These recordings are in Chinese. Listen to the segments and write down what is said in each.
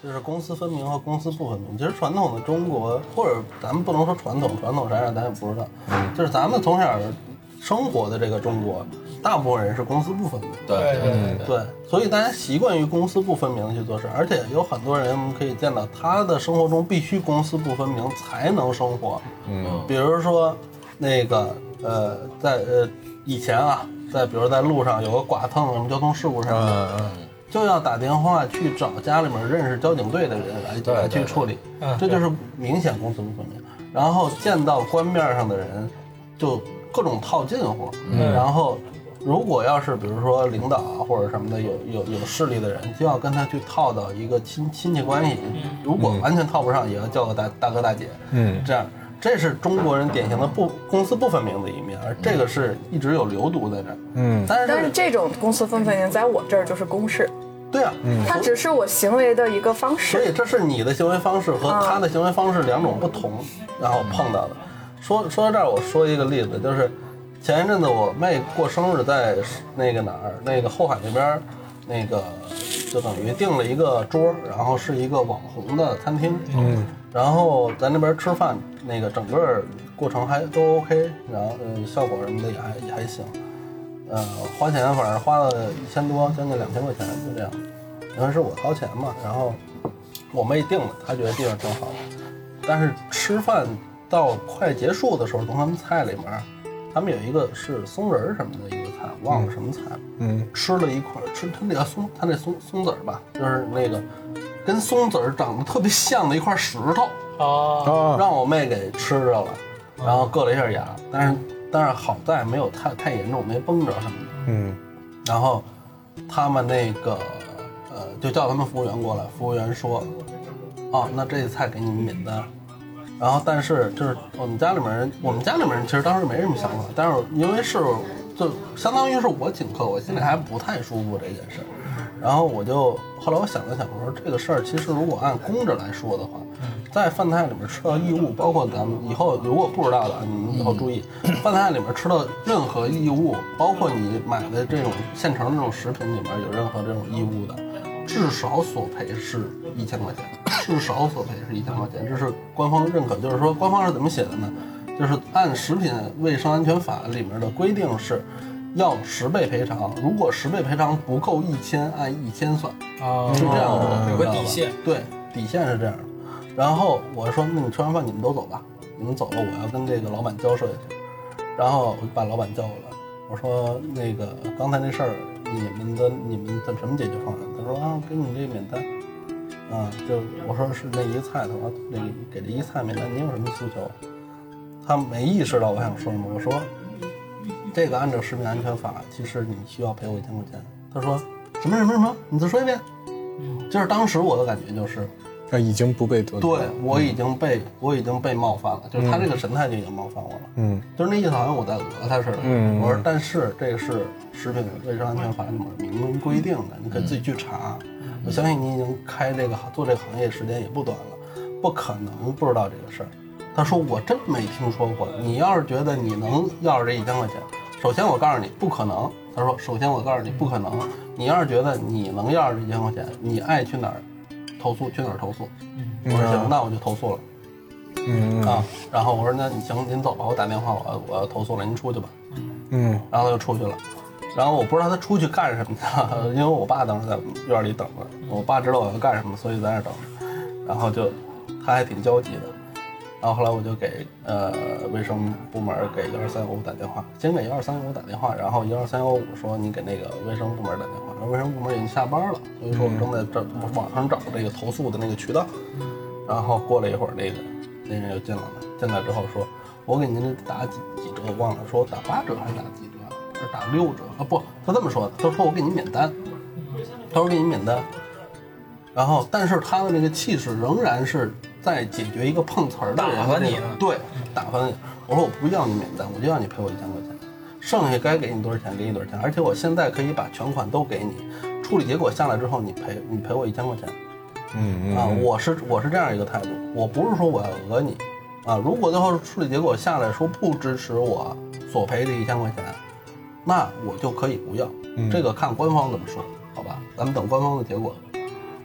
就是公私分明和公私不分明。其实传统的中国，或者咱们不能说传统啥样咱也不知道，就是咱们从小生活的这个中国，大部分人是公私不分明。对，所以大家习惯于公私不分明的去做事，而且有很多人我们可以见到，他的生活中必须公私不分明才能生活。比如说那个在以前啊，比如在路上有个剐蹭什么交通事故什么的。就要打电话去找家里面认识交警队的人来去处理，这就是明显公私不分明。然后见到官面上的人，就各种套近乎。然后如果要是比如说领导啊或者什么的有势力的人，就要跟他去套到一个亲戚关系。如果完全套不上，也要叫个大哥大姐。这样。这是中国人典型的公私不分明的一面，而这个是一直有流毒在这儿。 但是这种公私分明在我这儿就是公事。 对啊， 它只是我行为的一个方式。 所以这是你的行为方式和他的行为方式两种不同，然后碰到的。说到这儿，我说一个例子，就是前一阵子我妹过生日，在那个哪儿，那个后海那边，那个就等于订了一个桌，然后是一个网红的餐厅。然后在那边吃饭，那个整个过程还都 OK， 然后效果什么的也还行，花钱反正花了1000多，将近2000块钱，就这样。因为是我掏钱嘛，然后我妹订的，她觉得地方挺好的。但是吃饭到快结束的时候，从他们菜里面，他们有一个是松仁什么的一个菜，忘了什么菜了。吃了一块，吃他那个他那松子吧，就是那个。跟松子长得特别像的一块石头，让我妹给吃着了，然后硌了一下牙，但是好在没有太严重，没崩着什么的。然后他们那个就叫他们服务员过来，服务员说，那这菜给你们免单。然后但是就是我们家里面人其实当时没什么想法，但是因为是就相当于是我请客，我心里还不太舒服这件事。然后后来我想了想，我说这个事儿其实如果按公着来说的话，在饭菜里面吃到异物，包括咱们以后如果不知道的，你们以后注意，饭菜里面吃到任何异物，包括你买的这种现成的这种食品里面有任何这种异物的，至少索赔是1000块钱，至少索赔是1000块钱，这是官方认可。就是说官方是怎么写的呢？就是按食品卫生安全法里面的规定是要10倍赔偿，如果10倍赔偿不够1000，按1000算。是这样的， 有个底线。 对，底线是这样的。然后我说，那你吃完饭你们都走吧，你们走了我要跟这个老板交涉去。然后我就把老板叫过来，我说那个刚才那事儿，你们的什么解决方案？他说给你这免单。就我说是那一个菜，他说给这一菜免单，你有什么诉求？他没意识到我想说什么，我说这个按照食品安全法，其实你需要赔我1000块钱。他说什么？你再说一遍。就是当时我的感觉就是， 已经不被得罪。 对，我已经被冒犯了，就是他这个神态就已经冒犯我了。就是那意思好像我在讹他似的。我说但是这个是食品卫生安全法里面明文规定的，你可以自己去查。我相信你已经做这个行业时间也不短了，不可能不知道这个事儿。他说我真没听说过，你要是觉得你能要着这1000块钱，首先我告诉你不可能。他说首先我告诉你不可能，你要是觉得你能要着这1000块钱，你爱去哪儿投诉去哪儿投诉。我说行，那我就投诉了。然后我说那你行，您走吧，我打电话我要投诉了，您出去吧。然后他就出去了。然后我不知道他出去干什么去，因为我爸当时在院里等着，我爸知道我要干什么，所以在那等着。然后他还挺焦急的。然后后来我就给卫生部门给12315打电话，先给12315打电话，然后12315说你给那个卫生部门打电话，然后卫生部门已经下班了，所以说我正在网上找这个投诉的那个渠道。然后过了一会儿，那人就进来了，进来之后说，我给您打几折，我忘了，说打8折还是打几折，还是打6折不，他这么说的，他说我给您免单，他说给您免单。然后但是他的那个气势仍然是在解决一个碰瓷儿的人， 打发你呢？ 对，打发你。我说我不要你免单，我就要你赔我1000块钱，剩下该给你多少钱给你多少钱，而且我现在可以把全款都给你，处理结果下来之后你赔我1000块钱。我是这样一个态度，我不是说我要讹你如果最后处理结果下来说不支持我索赔这1000块钱，那我就可以不要，这个看官方怎么说，好吧，咱们等官方的结果。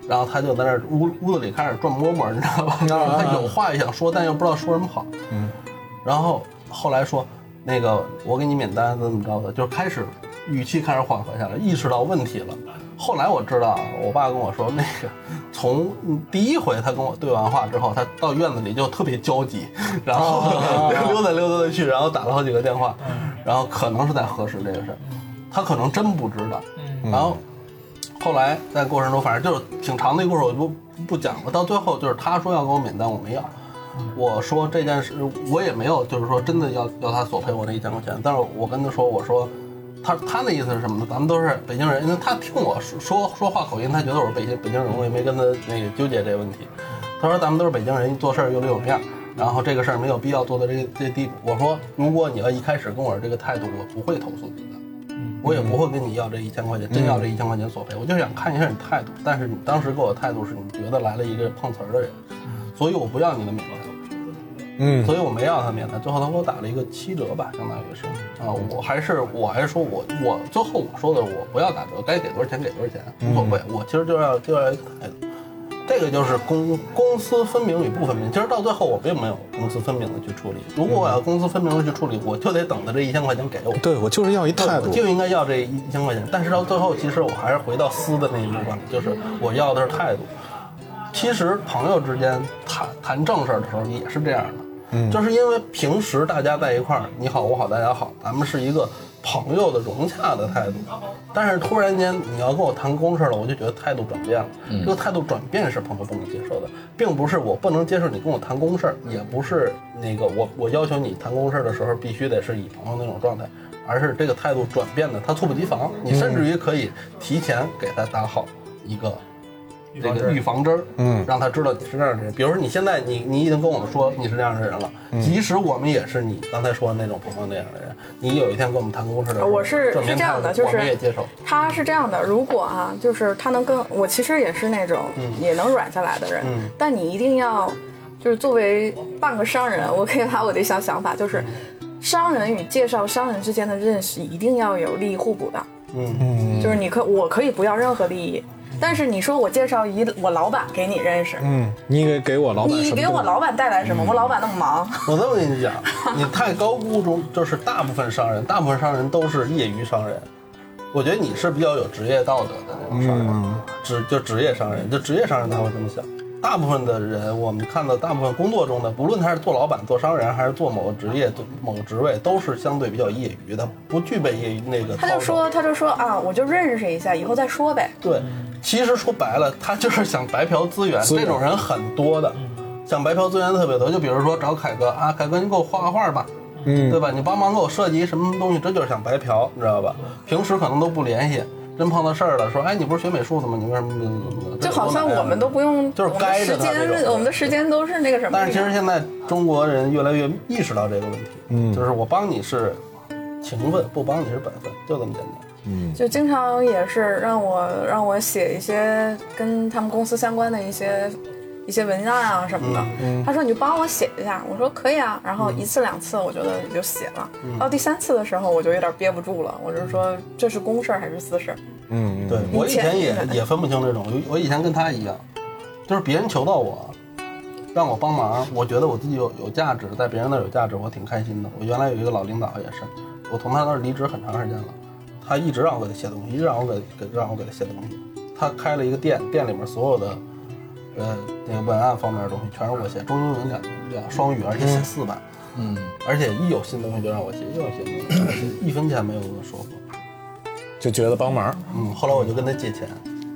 然后他就在那屋子里开始转摸摸，你知道吧？他有话也想说，但又不知道说什么好。然后后来说那个我给你免单怎么着的，就是开始语气开始缓和下来，意识到问题了。后来我知道，我爸跟我说，那个从第一回他跟我对完话之后，他到院子里就特别焦急，然后溜达溜达的去，然后打了好几个电话，然后可能是在核实这个事儿，他可能真不知道。然后后来在过程中，反正就是挺长的一个故事，我就不讲了。到最后就是他说要给我免单，我没要。我说这件事我也没有，就是说真的要他索赔我那1000块钱，但是我跟他说，我说他的意思是什么呢？咱们都是北京人，因为他听我说话口音，他觉得我是北京人，我也没跟他那个纠结这个问题。他说咱们都是北京人，做事有里有面，然后这个事儿没有必要做到这地步。我说如果你要一开始跟我这个态度，我不会投诉你的，我也不会跟你要这1000块钱，真要这1000块钱索赔。我就想看一下你态度，但是你当时给我态度是你觉得来了一个碰瓷儿的人，所以我不要你的免单。所以我没要他免单，最后他给我打了一个7折吧，相当于是啊，我还是说我最后我说的我不要打折，该给多少钱给多少钱无所谓，我其实就要一个态度，这个就是公私分明与不分明。其实到最后我并没有公私分明的去处理，如果我要公私分明的去处理，我就得等着这1000块钱给我。 对，我就是要一态度， 我就应该要这1000块钱。但是到最后，其实我还是回到私的那一部分，就是我要的是态度。其实朋友之间谈正事的时候也是这样的，就是因为平时大家在一块儿，你好我好大家好，咱们是一个朋友的融洽的态度。但是突然间你要跟我谈公事了，我就觉得态度转变了。这个态度转变是朋友不能接受的，并不是我不能接受你跟我谈公事，也不是那个我要求你谈公事的时候必须得是以朋友那种状态，而是这个态度转变的，他猝不及防，你甚至于可以提前给他打好一个这个预防针，让他知道你是这样的人。比如说你现在你已经跟我们说你是这样的人了，即使我们也是你刚才说的那种朋友那样的人，你有一天跟我们谈公事的时候， 我是这样的，就是我们也接受。 他是这样的，如果啊，就是他能跟我，其实也是那种也能软下来的人，但你一定要就是作为半个商人，我可以把我的一小想法，就是商人与介绍商人之间的认识一定要有利益互补的，就是我可以不要任何利益。但是你说我介绍我老板给你认识， 你给我老板， 你给我老板带来什么？我老板那么忙。 我这么跟你讲，你太高估中，就是大部分商人都是业余商人。我觉得你是比较有职业道德的那种商人，就职业商人他会这么想。大部分的人，我们看到大部分工作中的，不论他是做老板、做商人，还是做某个职业、某个职位，都是相对比较业余的，不具备业余那个。他就说啊，我就认识一下，以后再说呗。 对，其实说白了，他就是想白嫖资源，这种人很多的，想白嫖资源特别多。就比如说找凯哥啊，凯哥你给我画个画吧，对吧？你帮忙给我设计什么东西，这就是想白嫖，你知道吧？平时可能都不联系。真碰到事儿了，说，哎，你不是学美术的吗？你为什么？ 就好像我们都不用， 就是该着他这种。 我们的时间都是那个什么。 但是其实现在中国人越来越意识到这个问题，就是我帮你是情分，不帮你是本分，就这么简单。 就经常也是让我写一些跟他们公司相关的一些文案啊什么的，他说你就帮我写一下，我说可以啊，然后1次2次我觉得也就写了，到第3次的时候我就有点憋不住了，我就说这是公事还是私事？ 对，我以前也分不清这种，我以前跟他一样，就是别人求到我，让我帮忙，我觉得我自己有价值，在别人那有价值，我挺开心的。我原来有一个老领导也是，我从他那儿离职很长时间了，他一直让我给他写东西，一直让我给他写东西。他开了一个店里面所有的那个文案方面的东西全是我写，中英文两双语，而且写4版，而且一有新东西就让我写，一有新东西而且1分钱没有跟我说过， 就觉得帮忙。 后来我就跟他借钱，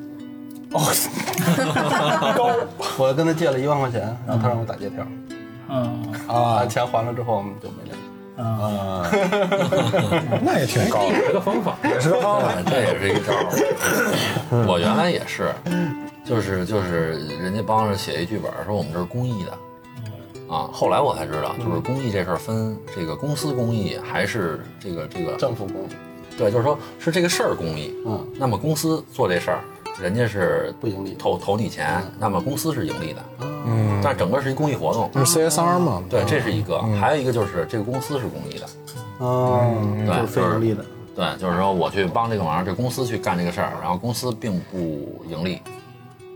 我跟他借了1万块钱，然后他让我打借条，钱还了之后我们就没联系。 那也挺高， 也是个方法， 也是个方法， 这也是一招。我原来也是，就是人家帮着写一剧本，说我们这是公益的，后来我才知道，就是公益这事儿分这个公司公益还是这个政府公益。 对，就是说是这个事儿公益，那么公司做这事儿，人家是不盈利， 投你钱，那么公司是盈利的，但整个是一公益活动， 就是 CSR 嘛。 对，这是一个，还有一个就是这个公司是公益的， 对，就是非盈利的。 对，就是说我去帮这个忙，这公司去干这个事儿，然后公司并不盈利，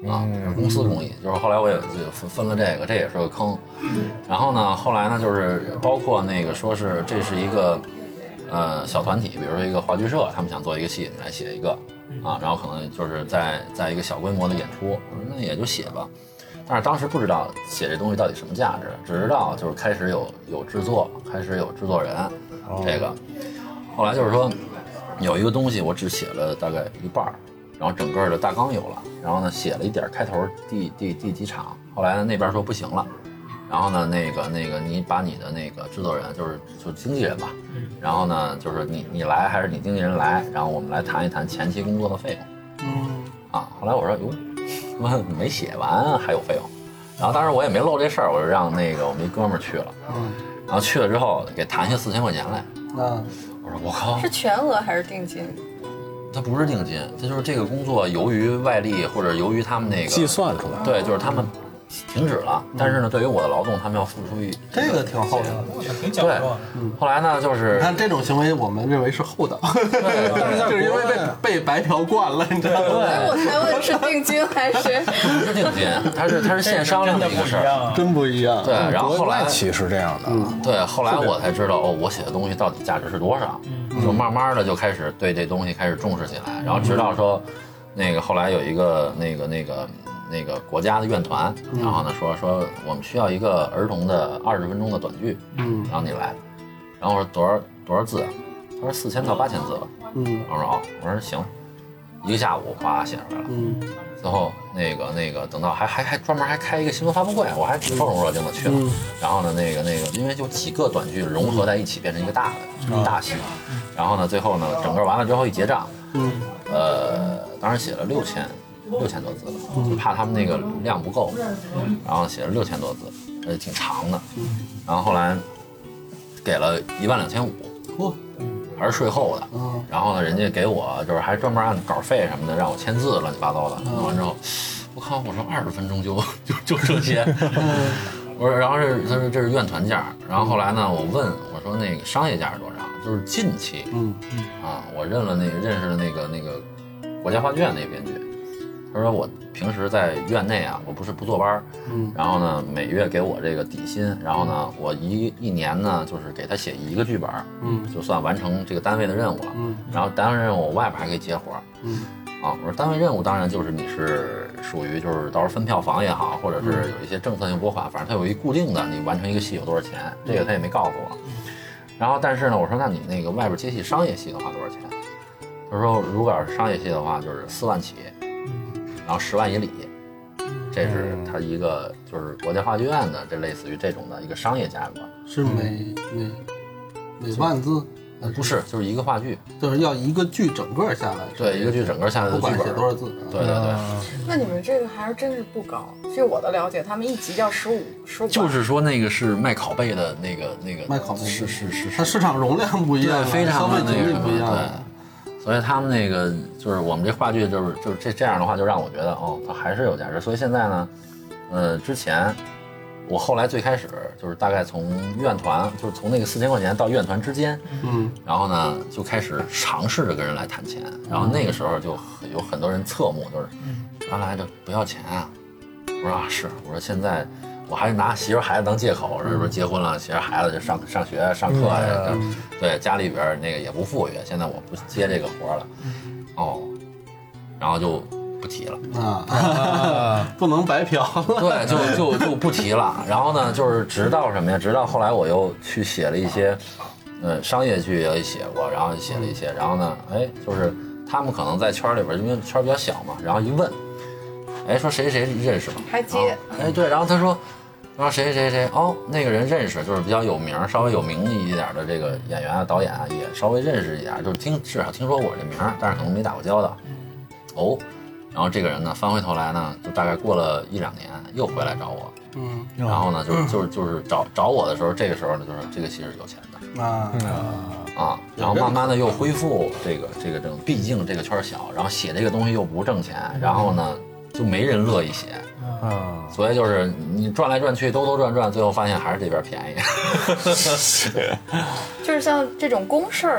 是公司公益。就是后来我也就分了这个，这也是个坑。然后呢，后来呢，就是包括那个说是这是一个小团体，比如说一个话剧社，他们想做一个戏，你来写一个啊，然后可能就是在一个小规模的演出，我说那也就写吧。但是当时不知道写这东西到底什么价值，只知道就是开始有制作，开始有制作人，这个。后来就是说有一个东西我只写了大概一半，然后整个的大纲有了，然后呢写了一点开头第几场，后来呢那边说不行了，然后呢那个你把你的那个制作人就是经纪人吧，然后呢就是你来还是你经纪人来，然后我们来谈一谈前期工作的费用。后来我说哟，没写完还有费用，然后当时我也没漏这事儿，我就让那个我们一哥们儿去了，然后去了之后给谈下4000块钱来，我说我靠， 是全额还是定金？ 它不是定金，它就是这个工作由于外力或者由于他们那个计算出来， 对，就是他们停止了，但是呢，对于我的劳动，他们要付出这个挺厚道的。 挺讲究。 后来呢，就是你看这种行为，我们认为是厚道，就是因为被白嫖惯了，你知道吗？ 所以我才问是定金还是？ 不是定金，它是现商量的一个事儿， 真不一样。 对，然后后来外企是这样的， 对，后来我才知道我写的东西到底价值是多少，就慢慢的就开始对这东西开始重视起来，然后直到说，那个后来有一个那个国家的院团，然后呢说我们需要一个儿童的20分钟的短剧，然后你来，然后我说多少字啊？他说4000到8000字了，我说我说行，一个下午哗写出来了，最后那个等到还专门还开一个新闻发布会，我还受宠若惊的去了，然后呢那个因为就几个短剧融合在一起变成一个大大戏，然后呢最后呢整个完了之后一结账，当时写了6000多字，就怕他们那个量不够，然后写了6000多字，挺长的，然后后来给了12500，还是税后的，然后呢人家给我就是还专门按稿费什么的让我签字，乱七八糟的，弄完之后，我靠，我说20分钟就这些，我说然后他说这是院团价，然后后来呢我问我说那个商业价是多少？就是近期，我认识了那个国家话剧院那个编剧。他说我平时在院内啊，我不坐班，然后呢每月给我这个底薪，然后呢我一年呢就是给他写一个剧本，就算完成这个单位的任务了，然后单位任务我外边还可以接活，我说单位任务当然就是你是属于就是到时候分票房也好，或者是有一些政策性拨款，反正它有一固定的，你完成一个戏有多少钱，这个他也没告诉我。然后但是呢我说那你那个外边接戏商业戏的话多少钱？他说如果要是商业戏的话就是4万起。然后10万以里，这是他一个就是国家话剧院的，这类似于这种的一个商业价格。 是每万字？ 不是，就是一个话剧， 就是要一个剧整个下来。 对，一个剧整个下来的剧本， 不管写多少字。 对。 那你们这个还是真是不高。据我的了解，他们一集要15。 就是说那个是卖拷贝的那个卖拷贝是， 它市场容量不一样， 非常消费那个能力不一样。 对。所以他们那个就是我们这话剧就是这样的话，就让我觉得它还是有价值。所以现在呢，之前我后来最开始就是大概从院团，就是从那个4000块钱到院团之间，然后呢就开始尝试着跟人来谈钱，然后那个时候就有很多人侧目，就是原来这不要钱啊。我说是，我说现在我还拿媳妇孩子当借口，是不是结婚了，媳妇孩子就上学上课呀，对，家里边那个也不富裕，现在我不接这个活了，然后就不提了不能白嫖了， 对，就不提了。然后呢，就是直到什么呀？直到后来我又去写了一些，商业剧也写过，然后写了一些，然后呢，就是他们可能在圈里边，因为圈比较小嘛，然后一问。说谁认识吗？ 还接对，然后他说谁那个人认识，就是比较有名，稍微有名一点的这个演员啊、导演啊，也稍微认识一点，就是至少听说我这名，但是可能没打过交道。然后这个人呢，翻回头来呢，就大概过了1-2年，又回来找我。然后呢，就是找我的时候，这个时候呢，就是这个戏是有钱的然后慢慢的又恢复这种，毕竟这个圈小，然后写这个东西又不挣钱，然后呢。就没人乐意写，所以就是你转来转去，兜转，最后发现还是这边便宜。 就是像这种公事儿，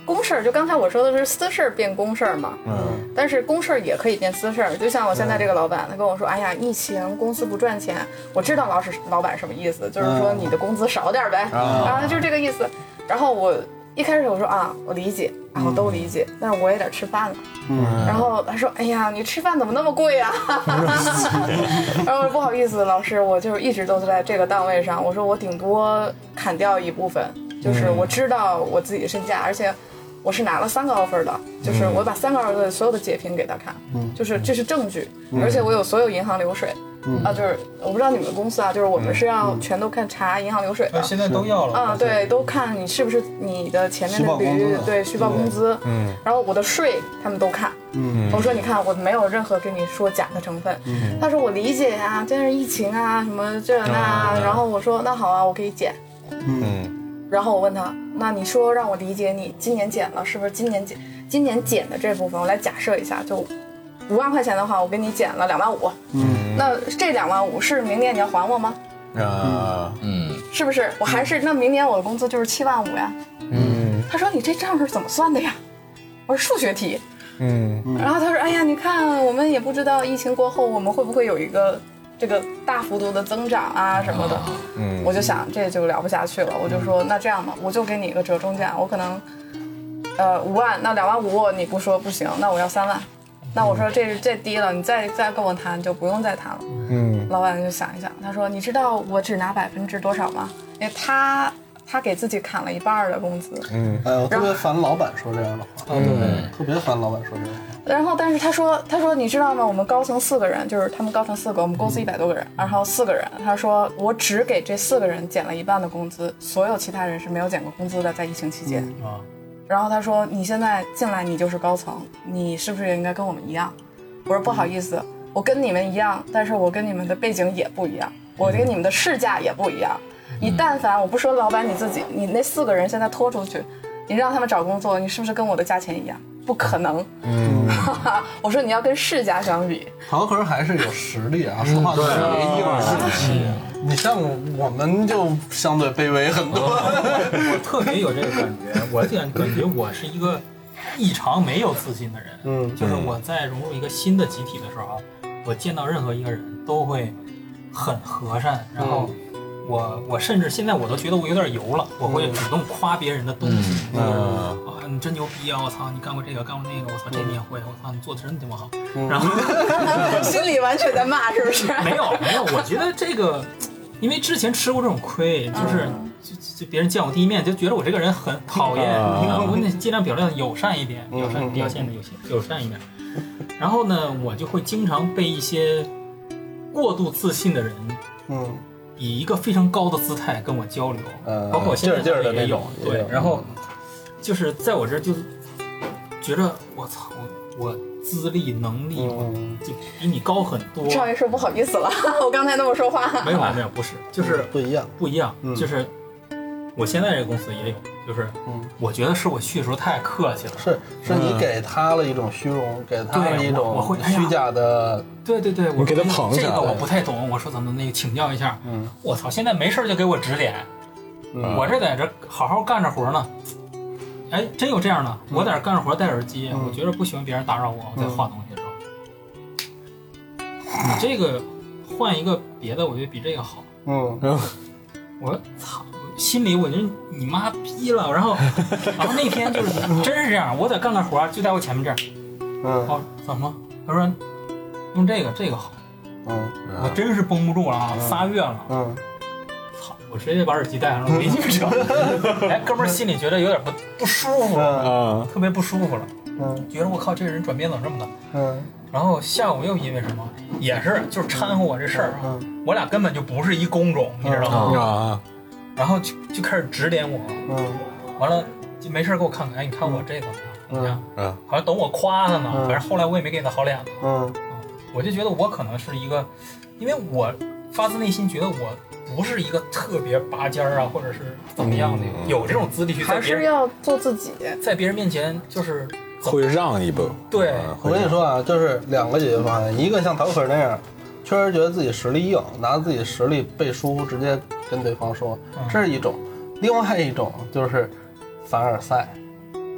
公事儿，就刚才我说的是私事儿变公事儿嘛，但是公事儿也可以变私事儿。就像我现在这个老板，他跟我说，哎呀，疫情公司不赚钱，我知道老板什么意思，就是说你的工资少点呗，就是这个意思。然后我一开始我说我理解，然后都理解，但是我也得吃饭了。然后他说，哎呀，你吃饭怎么那么贵啊？然后我说不好意思，老师，我就是一直都在这个档位上，我说我顶多砍掉一部分，就是我知道我自己的身价，而且我是拿了3个 offer 的，就是我把3个 offer 的所有的截屏给他看，就是这是证据，而且我有所有银行流水。就是我不知道你们的公司啊，就是我们是要全都看查银行流水的， 现在都要了对，都看你是不是你的前面的驴，对，虚报工资，然后我的税他们都看，我说你看我没有任何跟你说假的成分，他说我理解呀，这是疫情啊，什么这那，然后我说那好啊，我可以减，然后我问他，那你说让我理解你今年减了，是不是今年减的这部分，我来假设一下，就5万块钱的话，我给你减了2万5，那这2万5是明年你要还我吗？是不是？我还是那明年我的工资就是7万5呀。他说你这账是怎么算的呀？我说数学题。然后他说，哎呀，你看我们也不知道疫情过后我们会不会有一个这个大幅度的增长啊什么的。我就想这就聊不下去了，我就说那这样吧，我就给你一个折中价，我可能5万，那2万5你不说不行，那我要3万。那我说这是最低了，你再跟我谈就不用再谈了。老板就想一想，他说你知道我只拿%多少吗？因为他给自己砍了1半的工资。 我特别烦老板说这样的话。对，特别烦老板说这样的话。 然后但是他说你知道吗？我们高层4个人，就是他们高层4个，我们公司100多个人，然后4个人，他说我只给这4个人减了1半的工资，所有其他人是没有减过工资的，在疫情期间。然后他说你现在进来你就是高层，你是不是也应该跟我们一样？我说不好意思，我跟你们一样，但是我跟你们的背景也不一样，我跟你们的市价也不一样。你但凡我不说老板你自己，你那4个人现在拖出去，你让他们找工作，你是不是跟我的价钱一样？不可能。我说你要跟世家相比， 陶壳还是有实力啊，说话特别硬气。你像我们就相对卑微很多。 我特别有这个感觉，我感觉我是一个异常没有自信的人。就是我在融入一个新的集体的时候，我见到任何一个人都会很和善，然后我甚至现在我都觉得我有点油了，我会主动夸别人的东西，你真牛逼啊！我操，你干过这个，干过那个，我操，这你也会，我操，你做的真他妈好。然后心里完全在骂，是不是？ 没有，我觉得这个，因为之前吃过这种亏，就是就别人见我第一面就觉得我这个人很讨厌，我得尽量表现友善一点，表现的友善一点。然后呢，我就会经常被一些过度自信的人，以一个非常高的姿态跟我交流，包括我现在也有，对，然后就是在我这儿就觉得我操，我资历能力就比你高很多。 赵爷说不好意思了，我刚才那么说话。 没有，不是，就是不一样， 就是我现在这个公司也有，就是我觉得是我去的时候太客气了， 是你给他了一种虚荣，给他了一种虚假的。 对， 我给他捧起来。 这个我不太懂，我说怎么那个请教一下。我操，现在没事就给我指点，我这在这好好干着活呢。哎，真有这样的，我在这干着活戴耳机，我觉得不喜欢别人打扰我在画东西的时候。你这个换一个别的，我觉得比这个好。我操，心里我觉得你妈逼了。然后那天就是真是这样，我在干活，就在我前面这儿。怎么了？他说用这个好。我真是绷不住了啊，3月了。操，我直接把耳机戴上了，没进车。哎，哥们儿心里觉得有点不舒服，特别不舒服了。觉得我靠，这个人转变怎么这么大？然后下午又因为什么，也是就是掺和我这事儿啊，我俩根本就不是一工种，你知道吗？然后就开始指点我，完了就没事给我看看，哎，你看我这个怎么样？好像等我夸他呢，反正后来我也没给他好脸子。我就觉得我可能是一个，因为我发自内心觉得我不是一个特别拔尖啊，或者是怎么样的，有这种资历去还是要做自己， 在别人面前就是会让一步。 对， 我跟你说啊，就是2个解决方案，一个像陶可那样，确实觉得自己实力硬，拿自己实力背书，直接跟对方说，这是一种；另外一种就是凡尔赛，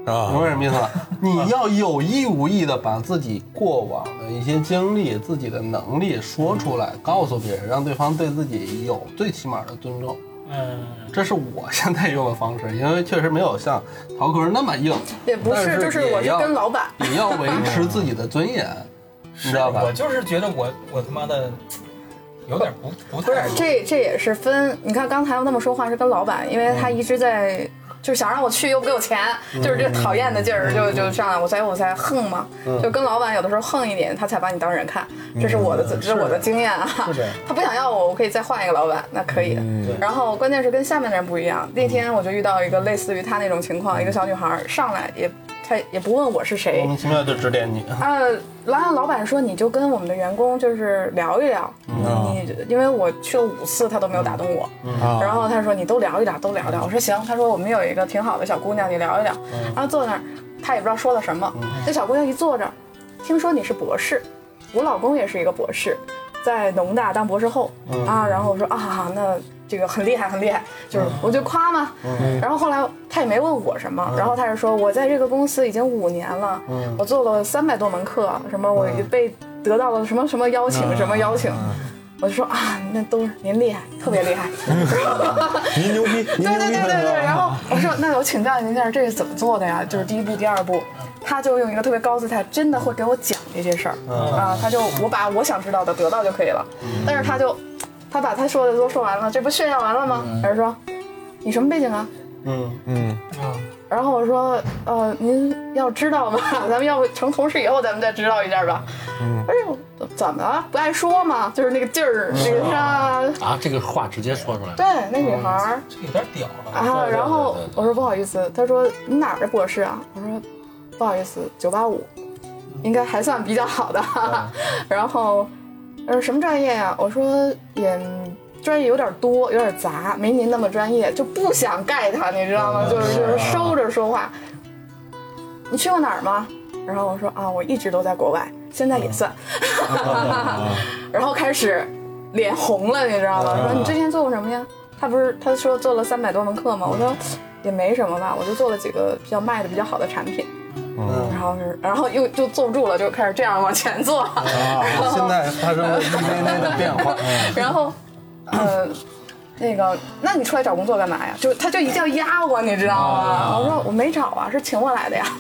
明白什么意思吧？你要有意无意的把自己过往的一些经历、自己的能力说出来，告诉别人，让对方对自己有最起码的尊重。这是我现在用的方式，因为确实没有像陶哥那么硬， 也不是，就是我是跟老板也要维持自己的尊严，你知道吧？ 我就是觉得我他妈的有点不不是太这也是分。你看刚才我那么说话是跟老板，因为他一直在。就是想让我去又不给我钱，就是这讨厌的劲儿就上来，我才横嘛，就跟老板有的时候横一点，他才把你当人看，这是我的经验啊。他不想要我可以再换一个老板，那可以的。然后关键是跟下面的人不一样。那天我就遇到一个类似于他那种情况，一个小女孩上来他也不问我是谁， 莫名其妙就指点你然后老板说你就跟我们的员工就是聊一聊，因为我去了5次他都没有打动我，然后他说你都聊一聊，都聊聊。我说行，他说我们有一个挺好的小姑娘，你聊一聊。然后坐那儿，他也不知道说了什么。那小姑娘一坐着，听说你是博士，我老公也是一个博士，在农大当博士后然后我说那这个很厉害很厉害，就是我就夸嘛。然后后来他也没问我什么，然后他就说我在这个公司已经5年了，我做了300多门课，什么我被得到了什么什么邀请，什么邀请。我就说那都是您厉害，特别厉害， 您牛逼， 对。然后我说那我请教您一下，这是怎么做的呀？就是第一步、第二步，他就用一个特别高姿态，真的会给我讲这些事儿我把我想知道的得到就可以了。但是他把他说的都说完了，这不炫耀完了吗？还是说你什么背景啊？然后我说您要知道吗？咱们要不成同事以后咱们再知道一下吧。哎呦，怎么了？不爱说吗？就是那个劲儿，那个这个话直接说出来。 对，那女孩儿这有点屌了然后我说不好意思，他说你哪儿的博士啊？我说不好意思，985，应该还算比较好的。然后什么专业呀？我说也专业有点多，有点杂，没您那么专业，就不想盖他，你知道吗？就是收着说话。你去过哪儿吗？然后我说我一直都在国外，现在也算。然后开始脸红了，你知道吗？说你之前做过什么呀？他说做了300多门课嘛。我说也没什么吧，我就做了几个卖的比较好的产品。然后又就坐不住了，就开始这样往前做。 现在发生了一微微的变化。 然后那你出来找工作干嘛呀？他就一定要压我，你知道吗？我说我没找啊，是请我来的呀。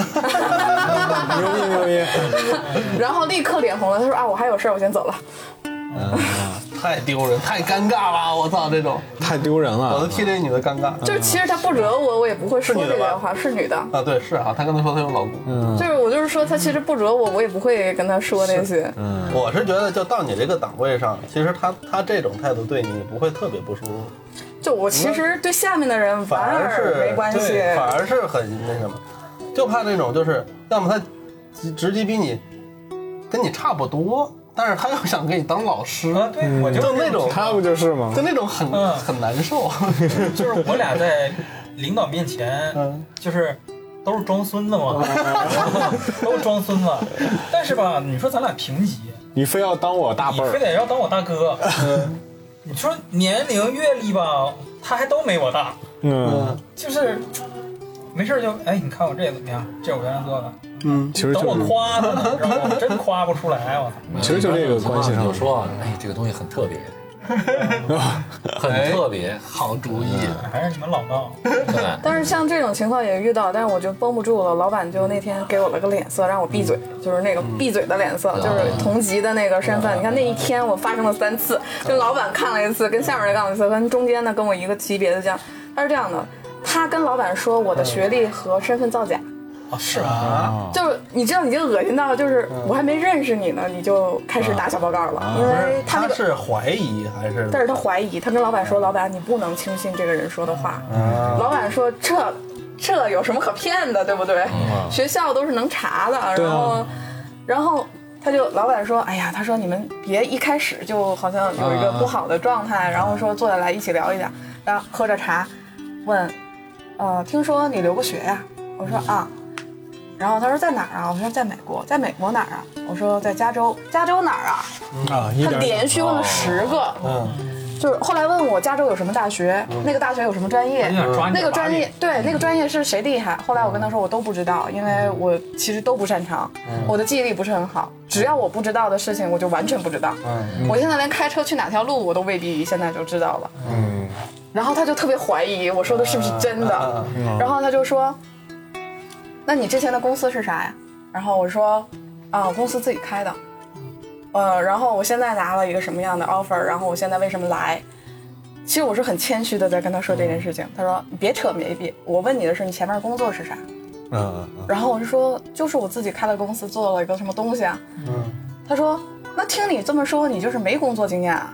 牛逼。 然后立刻脸红了，他说我还有事儿，我先走了。 太丢人，太尴尬了！我操，这种太丢人了， 我都替这女的尴尬。 就是其实她不惹我，我也不会说这个话。是女的对，是她跟她说她有老公。 就是我就是说，她其实不惹我，我也不会跟她说那些。 我是觉得，就到你这个档位上，其实她这种态度对你不会特别不舒服。 就我其实对下面的人反而是没关系， 反而是很那什么，就怕那种就是要么他直接比你跟你差不多，但是他又想给你当老师对，我就那种， 他不就是吗？ 就那种很难受。 就是我俩在领导面前，就是都是装孙子嘛，都是装孙子。但是吧，你说咱俩平级， 你非要当我大辈儿， 你非得要当我大哥。你说年龄阅历吧，他还都没我大。就是没事就你看我这怎么样？这我原来做的。 其实等我夸他呢，让我真夸不出来，我操！ 其实就这个关系上， 就说这个东西很特别，很特别，好主意， 还是你们老道。 对。 但是像这种情况也遇到，但是我就绷不住了。老板就那天给我了个脸色，让我闭嘴，就是那个闭嘴的脸色，就是同级的那个身份。你看那一天我发生了3次，跟老板看了一次，跟下面人看了一次，跟中间的跟我一个级别的这样。他是这样的，他跟老板说我的学历和身份造假。 是啊， 就是你知道，已经恶心到，就是我还没认识你呢，你就开始打小报告了，因为他是怀疑还是？ 但是他怀疑，他跟老板说：“老板，你不能轻信这个人说的话。”老板说：“这有什么可骗的，对不对？学校都是能查的。”然后老板说：“哎呀，他说你们别一开始就好像有一个不好的状态，然后说坐下来一起聊一下，然后喝着茶，问，听说你留过学呀？”我说啊。然后他说在哪儿啊？我说在美国。在美国哪儿啊？我说在加州。加州哪儿啊？他连续问了10个， 就是后来问我加州有什么大学，那个大学有什么专业，那个专业对那个专业是谁厉害。后来我跟他说我都不知道，因为我其实都不擅长，我的记忆力不是很好，只要我不知道的事情我就完全不知道。我现在连开车去哪条路我都未必现在就知道了。然后他就特别怀疑我说的是不是真的，然后他就说，那你之前的公司是啥呀？然后我说，我公司自己开的。然后我现在拿了一个什么样的 offer， 然后我现在为什么来？其实我是很谦虚的在跟他说这件事情。他说你别扯没别，我问你的是你前面的工作是啥？然后我就说就是我自己开了公司做了一个什么东西啊。他说那听你这么说你就是没工作经验啊。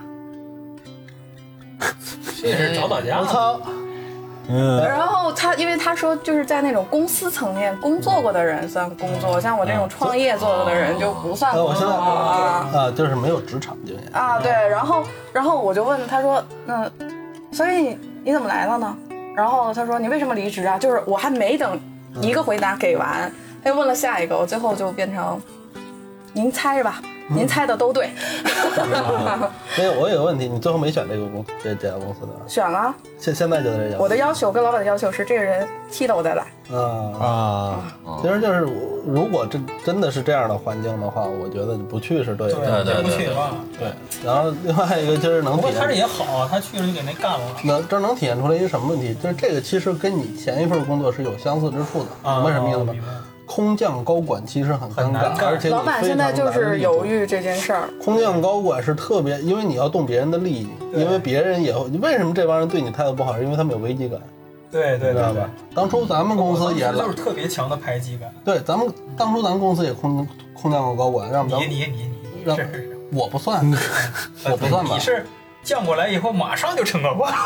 这是找打架。 我操！ 然后他因为他说就是在那种公司层面工作过的人算工作，像我这种创业做过的人就不算工作就是没有职场经验啊。对，然后我就问他说，所以你怎么来了呢？然后他说你为什么离职啊？就是我还没等一个回答给完，他又问了下一个，我最后就变成您猜吧。您猜的都对。 所以我有个问题，你最后没选这家公司的？ 选了。 现在就在这家。 我的要求跟老板的要求是，这个人踢了我再来。 其实就是如果真的是这样的环境的话，我觉得不去是对的。 对，不去吧。 对。然后另外一个就是能体验。 不过他这也好啊，他去了就给那干了。 这能体现出来一个什么问题？就是这个其实跟你前一份工作是有相似之处的。明白什么意思吗？空降高管其实很尴尬，而且老板现在就是犹豫这件事儿。 空降高管是特别，因为你要动别人的利益，因为别人也为什么这帮人对你态度不好，是因为他们有危机感。 对， 知道吧？当初咱们公司也就是特别强的排挤感。 对，当初咱们公司也空降过高管，让你我不算，我不算吧？ 你是降过来以后马上就升高管。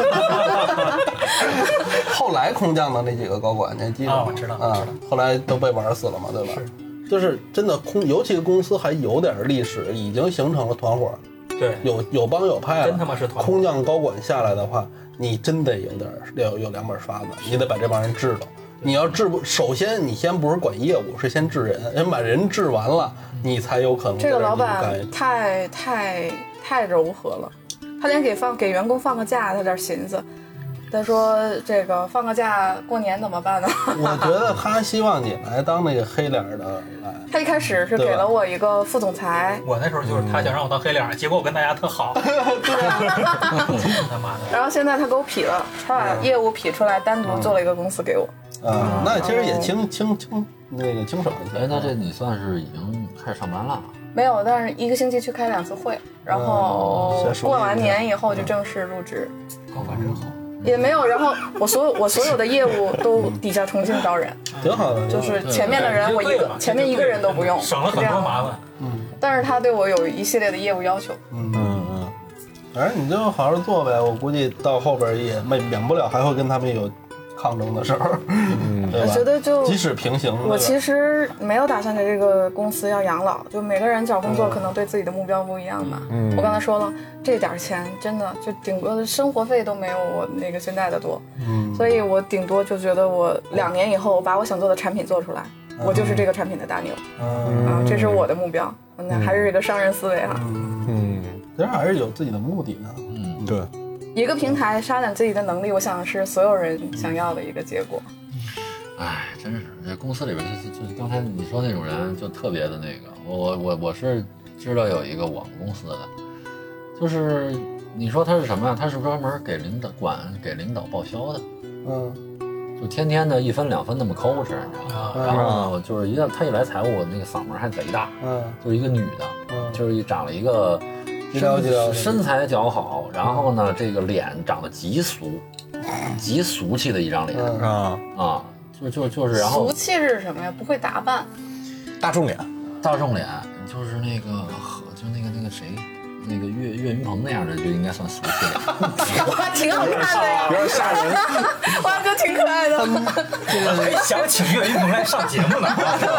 后来空降的那几个高管，你还记得吗？ 我知道后来都被玩死了嘛，对吧？就是真的尤其公司还有点历史，已经形成了团伙， 对， 有帮有派了， 真他妈是团伙。 空降高管下来的话，你真得有两本刷子，你得把这帮人治了。你要治不，首先你先不是管业务，是先治人，先把人治完了，你才有可能。 这个老板太柔和了。他连给员工放个假，他点寻思。他说：“这个放个假，过年怎么办呢？” 我觉得他希望你来当那个黑脸的来。 他一开始是给了我一个副总裁， 我那时候就是他想让我当黑脸，结果我跟大家特好。 对啊， 他妈的！ 然后现在他给我劈了，他把业务劈出来，单独做了一个公司给我。 那其实也清爽一些。 那这你算是已经开始上班了？ 没有，但是一个星期去开2次会，然后过完年以后就正式入职。 高管真好。 也没有，然后我所有的业务都底下重新招人， 挺好的。 就是前面的人前面一个人都不用， 省了很多麻烦。 但是他对我有一系列的业务要求。 反正你就好好做呗，我估计到后边也免不了还会跟他们有抗争的时候，对吧？ 我觉得即使平行， 我其实没有打算给这个公司要养老，就每个人找工作可能对自己的目标不一样吧。我刚才说了，这点钱真的就顶多的生活费都没有我那个现在的多，所以我顶多就觉得我2年以后把我想做的产品做出来，我就是这个产品的大牛，这是我的目标。那还是一个商人思维哈。 其实还是有自己的目的的。 对。 一个平台发展自己的能力，我想是所有人想要的一个结果。 哎，真是这公司里边就刚才你说那种人就特别的那个，我是知道有一个我们公司的，就是你说他是什么呀？他是专门给领导报销的，就天天的1分2分那么抠哧，你知道吗？然后呢，就是他一来财务，那个嗓门还贼大，就是一个女的，就是长了一个。身材姣好，然后呢，这个脸长得极俗气的一张脸就是然后俗气是什么呀？不会打扮， 大众脸， 就是那个谁，那个岳云鹏那样的就应该算俗气脸。 哇，挺好看的呀， 有点吓人。 哇，哥挺可爱的。 想请岳云鹏来上节目呢。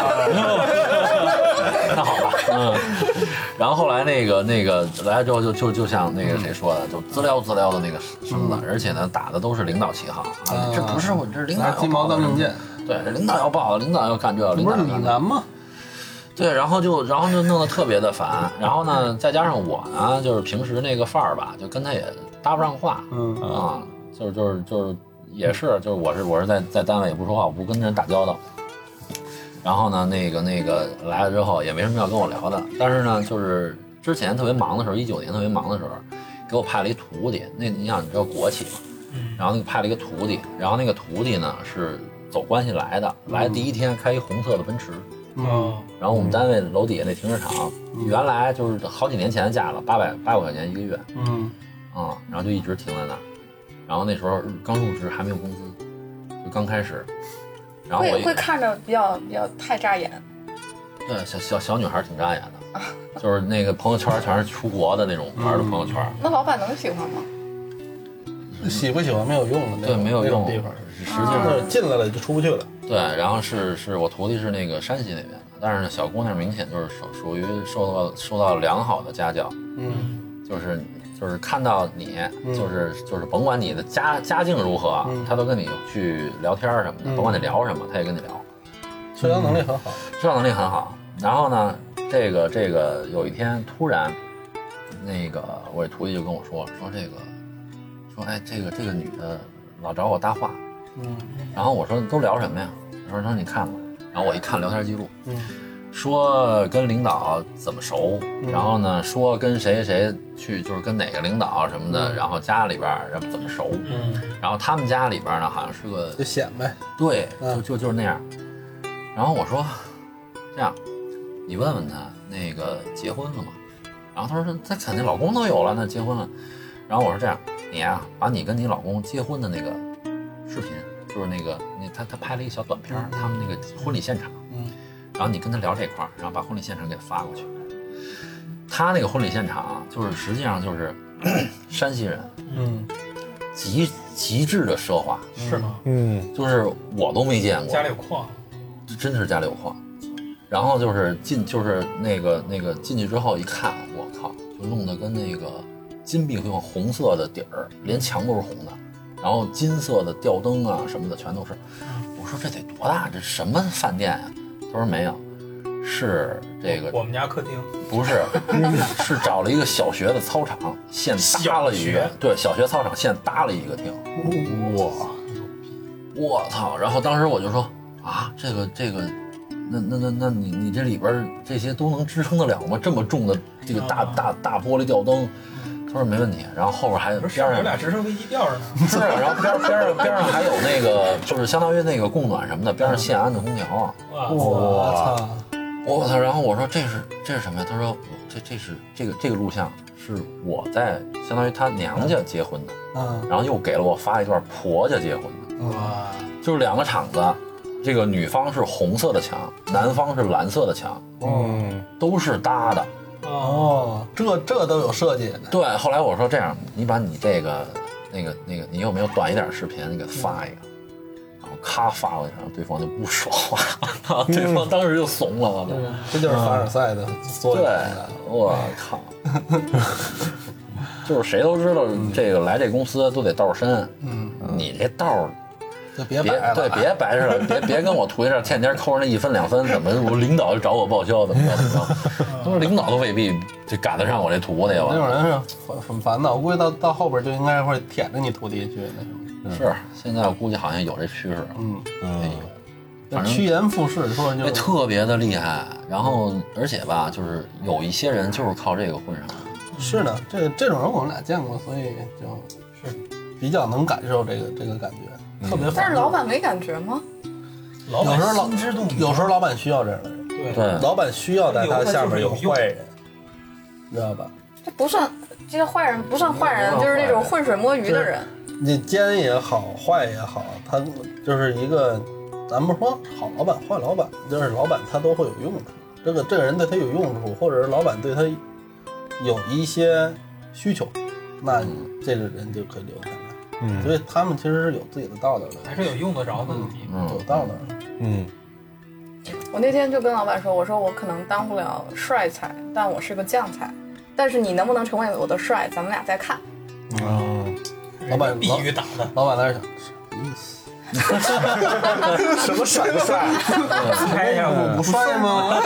那好吧，然后后来那个来之后就像那个谁说的，就滋撩的那个声子，而且呢打的都是领导旗号啊，这不是我，这是领导鸡毛当令箭， 对，这领导要报，领导要干这，领导不是你难吗？ 对，然后就弄得特别的烦，然后呢，再加上我呢，就是平时那个范儿吧，就跟他也搭不上话，就是也是，就是我是在单位也不说话，我不跟人打交道。然后呢，那个来了之后也没什么要跟我聊的，但是呢，就是之前特别忙的时候，19年特别忙的时候，给我派了一徒弟，你想你知道国企嘛，然后派了一个徒弟，然后那个徒弟呢是走关系来的，来第一天开一红色的奔驰。然后我们单位楼底下那停车场，原来就是好几年前的价了，800块钱一个月，然后就一直停在那儿，然后那时候刚入职还没有工资，就刚开始，然后会看着比较太扎眼， 对，小女孩挺扎眼的，就是那个朋友圈全是出国的那种玩的朋友圈， 那老板能喜欢吗？ 喜不喜欢没有用的， 对，没有用地方， 实际上进来了就出不去了。 对，然后是我徒弟是那个山西那边的，但是呢，小姑娘明显就是属于受到良好的家教，就是看到你，就是甭管你的家境如何，他都跟你去聊天什么的，甭管你聊什么，他也跟你聊， 社交能力很好， 社交能力很好。然后呢，这个有一天突然，那个我这徒弟就跟我说哎，这个女的老找我搭话，然后我说都聊什么呀？他说你看吧，然后我一看聊天记录，说跟领导怎么熟，然后呢说跟谁去，就是跟哪个领导什么的，然后家里边怎么熟，然后他们家里边呢好像是个就显摆， 对，就是那样。然后我说这样，你问问他那个结婚了吗？然后他说他肯定老公都有了，那结婚了。然后我说这样，你啊把你跟你老公结婚的那个视频，就是他拍了一个小短片，他们那个婚礼现场，然后你跟他聊这块，然后把婚礼现场给发过去。他那个婚礼现场就是实际上就是山西人，极致的奢华， 是吗？ 就是我都没见过， 家里有矿， 真的是家里有矿。然后就是就是那个进去之后一看，我靠，就弄得跟那个金碧辉煌，红色的底儿，连墙都是红的，然后金色的吊灯啊什么的全都是。我说这得多大？这什么饭店呀？他说没有，是这个我们家客厅不是，是找了一个小学的操场现搭了一个，对，小学操场现搭了一个厅。哇，我操！然后当时我就说啊，这个。那你这里边这些都能支撑得了吗？这么重的这个大玻璃吊灯，他说没问题。然后后边还有边上有俩直升飞机吊着呢。 是，然后边上还有那个就是相当于那个供暖什么的，边上现安的空调啊。我操！然后我说这是什么呀？他说这是这个录像是我在相当于他娘家结婚的，然后又给了我发一段婆家结婚的，就是2个场子。这个女方是红色的墙，男方是蓝色的墙，都是搭的。 这都有设计的。 对，后来我说这样，你把你这个那个，你有没有短一点视频，你给发一个，然后咔发过去，然后对方就不说话了，对方当时就怂了，我操， 这就是凡尔赛的作用。 对，我靠，就是谁都知道这个来这公司都得道深，你这道。 就别摆了， 对，别摆着了，别跟我徒弟这天天抠着那1分2分，怎么我领导就找我报销，怎么着？他说领导都未必就赶得上我这徒弟了。 那种人是很烦的，我估计到后边就应该会舔着你徒弟去那种。 是，现在我估计好像有这趋势。 反正趋炎附势，说就特别的厉害。然后而且吧，就是有一些人就是靠这个混上。 是的，这种人我们俩见过，所以就是比较能感受这个感觉。特别， 但是老板没感觉吗？ 老板心知肚明， 有时候老板需要这样的人， 对， 老板需要在他下面有坏人，知道吧？ 这不算，这些坏人不算坏人，就是那种浑水摸鱼的人。 你奸也好，坏也好，他就是一个，咱不说好老板、坏老板，就是老板他都会有用处。这个人对他有用处，或者是老板对他有一些需求，那这个人就可以留下来。所以他们其实是有自己的道德的， 还是有用得着的地方， 有道德的。 我那天就跟老板说，我说我可能当不了帅才，但我是个将才，但是你能不能成为我的帅，咱们俩再看。 老板必须打的。 老板在那想什么意思？ 什么帅不帅？ 自拍一下我不帅吗？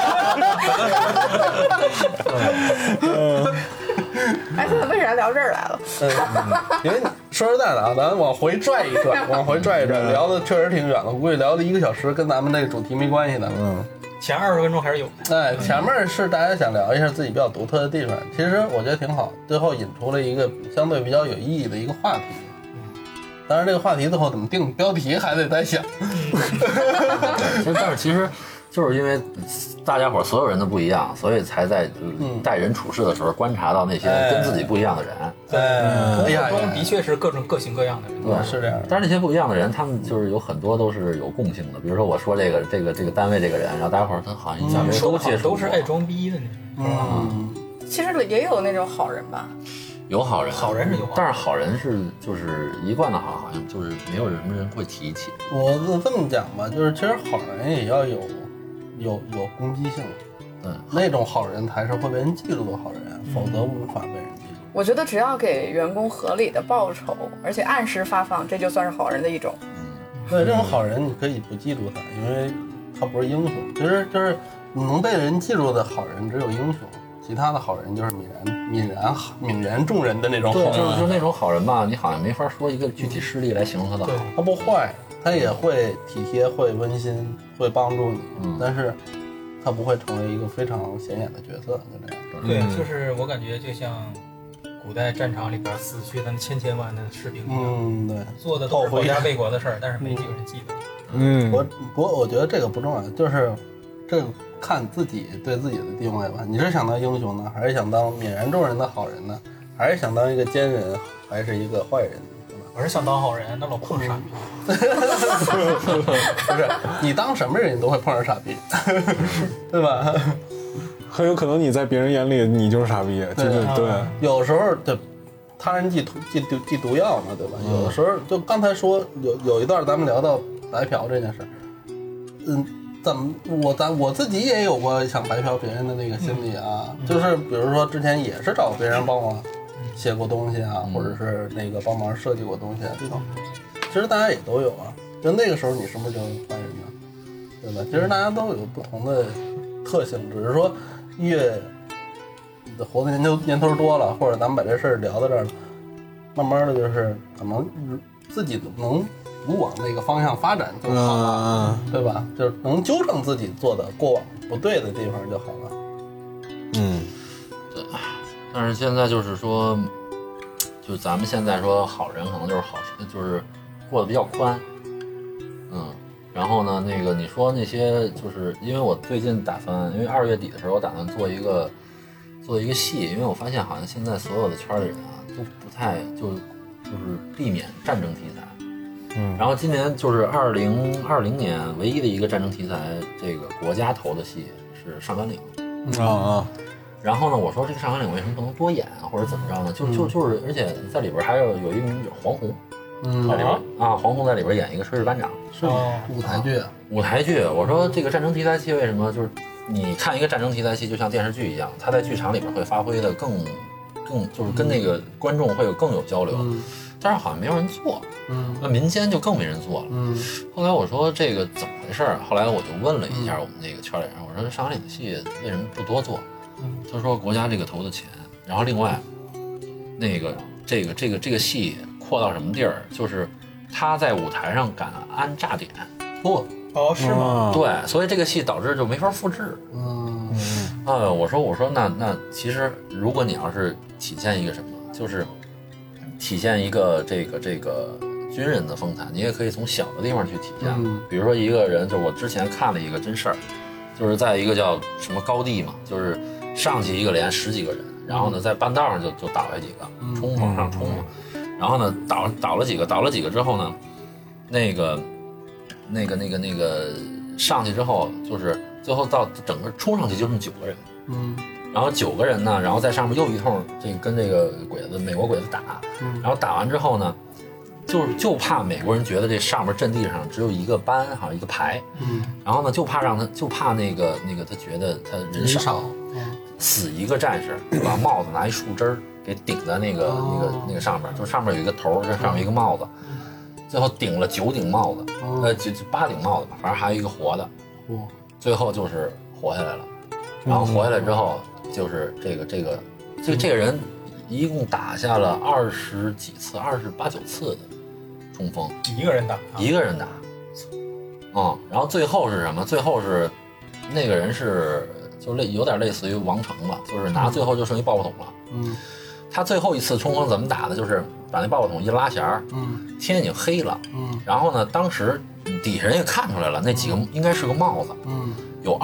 哎，现在为啥聊这儿来了？ 因为说实在的啊，咱往回拽一拽，聊的确实挺远了，估计聊了1个小时，跟咱们这个主题没关系的。 前20分钟还是有的。 哎，前面是大家想聊一下自己比较独特的地方，其实我觉得挺好，最后引出了一个相对比较有意义的一个话题。当然，这个话题最后怎么定标题还得再想。 但是其实就是因为大家伙所有人的不一样，所以才在待人处事的时候观察到那些跟自己不一样的人。 哎呀， 中的确是各种各型各样的人。 对，是这样。 但是那些不一样的人，他们就是有很多都是有共性的。比如说我说这个单位这个人，然后大家伙儿他好像一下都接触， 都是爱装逼的那种。 其实也有那种好人吧。 有好人， 好人是有， 但是好人是就是一贯的好，好像就是没有什么人会提起。 我这么讲吧，就是其实好人也要有攻击性，那种好人才是会被人记住的好人，否则无法被人记住。 我觉得只要给员工合理的报酬，而且按时发放，这就算是好人的一种。 对，这种好人你可以不记住他，因为他不是英雄。其实就是能被人记住的好人只有英雄。其他的好人就是泯然众人的那种好人， 就是那种好人吧，你好像没法说一个具体事例来形容他的好。 他不坏，他也会体贴，会温馨，会帮助你，但是他不会成为一个非常显眼的角色，就这样。 对，就是我感觉就像古代战场里边死去的千千万的士兵一样， 对， 做的都是保家卫国的事儿，但是没几个人记得。 不过我觉得这个不重要，就是这个看自己对自己的定位吧。你是想当英雄呢，还是想当泯然众人的好人呢？还是想当一个奸人，还是一个坏人？ 我是想当好人，那老碰上傻逼。 不是，你当什么人你都会碰上傻逼，对吧？ 很有可能你在别人眼里你就是傻逼，对。 有时候对他人寄毒药嘛，对吧？有的时候就刚才说有一段咱们聊到白嫖这件事，我自己也有过想白嫖别人的那个心理啊，就是比如说之前也是找别人帮我写过东西啊，或者是那个帮忙设计过东西啊，这种其实大家也都有啊。就那个时候你是不是就是坏人呢？对吧？其实大家都有不同的特性，只是说越活的年头多了，或者咱们把这事儿聊到这儿，慢慢的就是可能自己能往那个方向发展就好了，对吧？就是能纠正自己做的过往不对的地方就好了。 对。但是现在就是说，就咱们现在说好人可能就是好，就是过得比较宽，然后呢，那个你说那些，就是因为我最近打算，因为2月底的时候我打算做一个戏，因为我发现好像现在所有的圈里人啊都不太就是避免战争题材。然后今年就是2020年唯一的一个战争题材，这个国家投的戏是《上甘岭》。然后呢，我说这个《上甘岭》为什么不能多演或者怎么着呢？就是，而且在里边还有一名黄宏，在里边黄宏在里边演一个炊事班长， 是舞台剧。 舞台剧，我说这个战争题材戏为什么就是你看一个战争题材戏就像电视剧一样，它在剧场里边会发挥的更就是跟那个观众会更有交流，但是好像没有人做，那民间就更没人做了。后来我说这个怎么回事？后来我就问了一下我们那个圈里人，我说上甘岭的戏为什么不多做？他说国家这个投的钱，然后另外那个这个戏扩到什么地儿，就是他在舞台上敢安炸点。 是吗？ 对，所以这个戏导致就没法复制。我说那其实如果你要是体现一个什么，就是体现一个这个军人的风采，你也可以从小的地方去体现。比如说一个人，就我之前看了一个真事儿，就是在一个叫什么高地嘛，就是上去一个连10几个人，然后呢在半道上就倒下几个，往上冲嘛，然后呢倒了几个之后呢，那个上去之后，就是最后到整个冲上去就剩9个人，然后9个人呢，然后在上面又一通跟这个美国鬼子打，然后打完之后呢，就怕美国人觉得这上面阵地上只有一个班哈一个排，然后呢就怕那个他觉得他人少，死一个战士，把帽子拿一树枝儿给顶在那个上面，就上面有一个头，这上面有一个帽子。 最后顶了9顶帽子，就8顶帽子吧，反正还有一个活的，最后就是活下来了。然后活下来之后，就是这个人一共打下了20几次，28、9次的冲锋， 一个人打， 然后最后是什么？最后是那个人是就有点类似于王城吧，就是拿最后就剩一爆破筒了。他最后一次冲锋怎么打呢？就是把那爆破筒一拉弦儿，天已经黑了，然后呢，当时底下人也看出来了，那几个应该是个帽子，有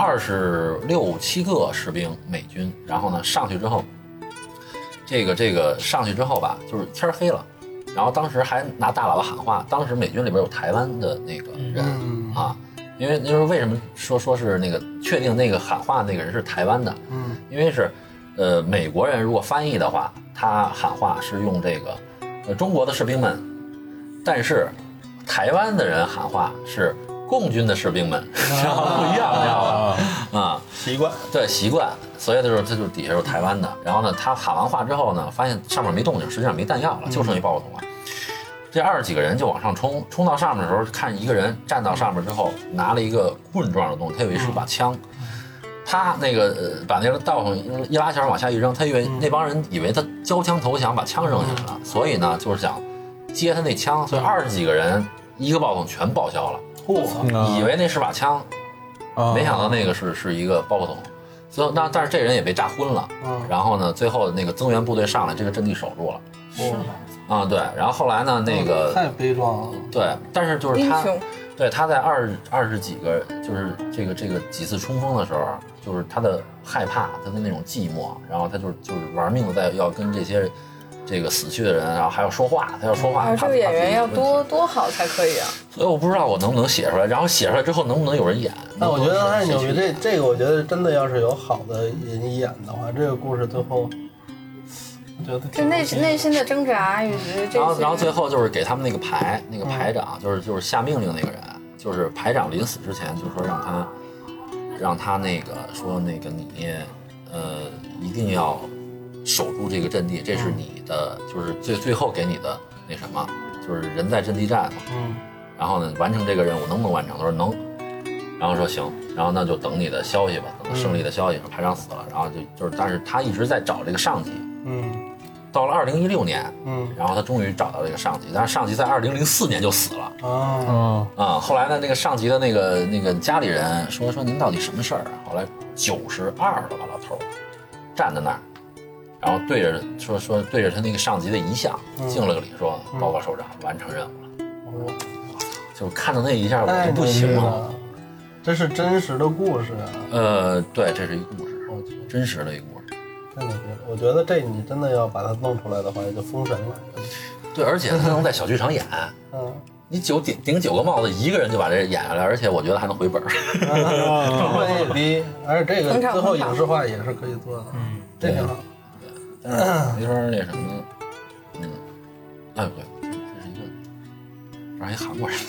26、7个士兵美军，然后呢上去之后，这个上去之后吧，就是天黑了，然后当时还拿大喇叭喊话，当时美军里边有台湾的那个人啊，因为为什么说是那个确定那个喊话那个人是台湾的，因为是美国人如果翻译的话，他喊话是用这个中国的士兵们，但是台湾的人喊话是共军的士兵们，然后不一样，你知道吧？ 习惯， 对，习惯，所以他就底下有台湾的。然后呢，他喊完话之后呢，发现上面没动静，实际上没弹药了，就剩一爆破筒了。这20几个人就往上冲，冲到上面的时候，看一个人站到上面之后，拿了一个棍状的东西，他以为是把枪。他那个把那个爆破筒一拉弦往下一扔，他以为那帮人以为他交枪投降，把枪扔下来了，所以呢就是想接他那枪，所以20几个人一个爆破筒全报销了。以为那是把枪，没想到那个是一个爆破筒，最后但是这人也被炸昏了。然后呢，最后那个增援部队上来，这个阵地守住了。对，然后后来呢，那个太悲壮了。 对，但是就是他，对他在20几个就是这个几次冲锋的时候，就是他的害怕，他的那种寂寞，然后他就是玩命的要跟这个死去的人，然后还要说话，他要说话。 这个演员要多好才可以啊！ 所以我不知道我能不能写出来，然后写出来之后能不能有人演。 那我觉得太牛逼，这个我觉得真的要是有好的人演的话，这个故事最后，我觉得就内心的挣扎以及这些。 然后最后就是给他们那个排长，就是下命令那个人，就是排长临死之前就说让他那个说那个你一定要守住这个阵地，这是你的，就是最后给你的那什么，就是人在阵地战嘛。然后呢，完成这个任务能不能完成？他说能。然后说行，然后那就等你的消息吧，等胜利的消息。排长死了，然后就是，但是他一直在找这个上级。到了2016年，然后他终于找到这个上级，但是上级在2004年就死了。后来呢，那个上级的那个家里人说您到底什么事儿啊？后来92了吧，老头站在那儿。然后对着他那个上级的遗像敬了个礼，说报告首长，完成任务了。就看到那一下我就不行了。 这是真实的故事啊。 对，这是一个故事，真实的一个故事。 太牛逼了！我觉得这你真的要把它弄出来的话，也就封神了。 对，而且他能在小剧场演。你顶9个帽子，一个人就把这演下来，而且我觉得还能回本。 成本也低，而且这个最后影视化也是可以做的。这挺好。 但是没法那什么，哎不对，这是一个，这还一韩国人，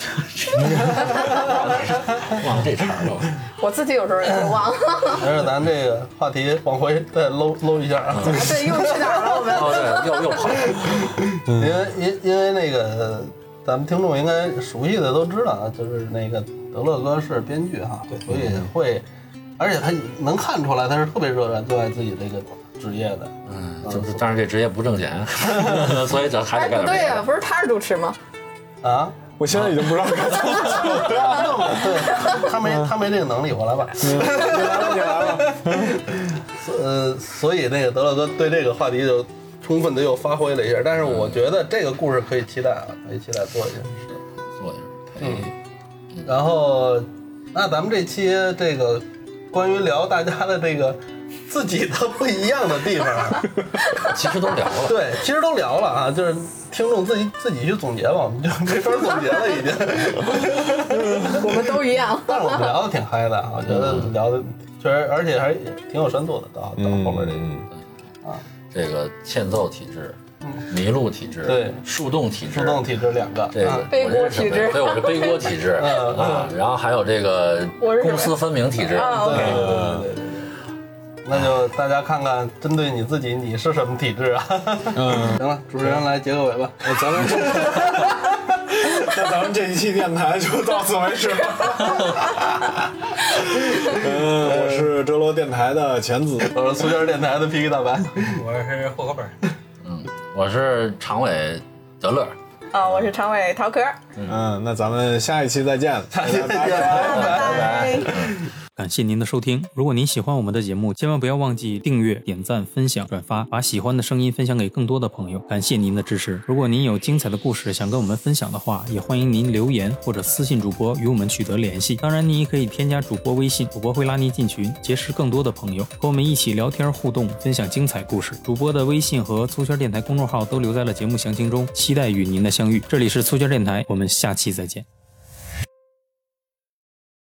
忘了这茬了。 我自己有时候也会忘。 但是咱这个话题往回再搂一下啊。 对，又去哪儿了？我们对，又跑了。 因为那个咱们听众应该熟悉的都知道啊，就是那个德勒哥是编剧哈，所以会，而且他能看出来他是特别热爱自己这个职业的。 就是但是这职业不挣钱，所以咱还得干点别的。 对呀，不是他是主持吗？ 啊， 我现在已经不知道该怎么做了。 对，他没这个能力，我来吧。 你来了。 所以那个德勒哥对这个话题就充分的又发挥了一下，但是我觉得这个故事可以期待啊，可以期待做一件事。然后，那咱们这期这个关于聊大家的这个自己的不一样的地方， 其实都聊了。 对，其实都聊了啊，就是听众自己去总结吧，我们就没法总结了已经。 我们都一样。 但是我们聊的挺嗨的，我觉得聊的确实，而且还挺有深度的。到后面这个这个欠揍体质。麋鹿体质， 对， 树洞体质， 树洞体质2个， 这个背锅体质， 对，我是背锅体质然后还有这个公私分明体质， 对，那就大家看看，针对你自己，你是什么体质啊？行了，主持人来结个尾吧， 咱们那咱们这一期电台就到此为止了。我是哲罗电台的钱子， 我是苏圈电台的 PK 大白， 我是霍克本， 我是常委德乐。 我是常委陶壳。 那咱们下一期再见， 下期再见， 拜拜。 感谢您的收听。如果您喜欢我们的节目，千万不要忘记订阅、点赞、分享、转发，把喜欢的声音分享给更多的朋友。感谢您的支持。如果您有精彩的故事想跟我们分享的话，也欢迎您留言或者私信主播与我们取得联系。当然，您也可以添加主播微信，主播会拉您进群，结识更多的朋友，和我们一起聊天互动，分享精彩故事。主播的微信和粗圈电台公众号都留在了节目详情中，期待与您的相遇。这里是粗圈电台，我们下期再见。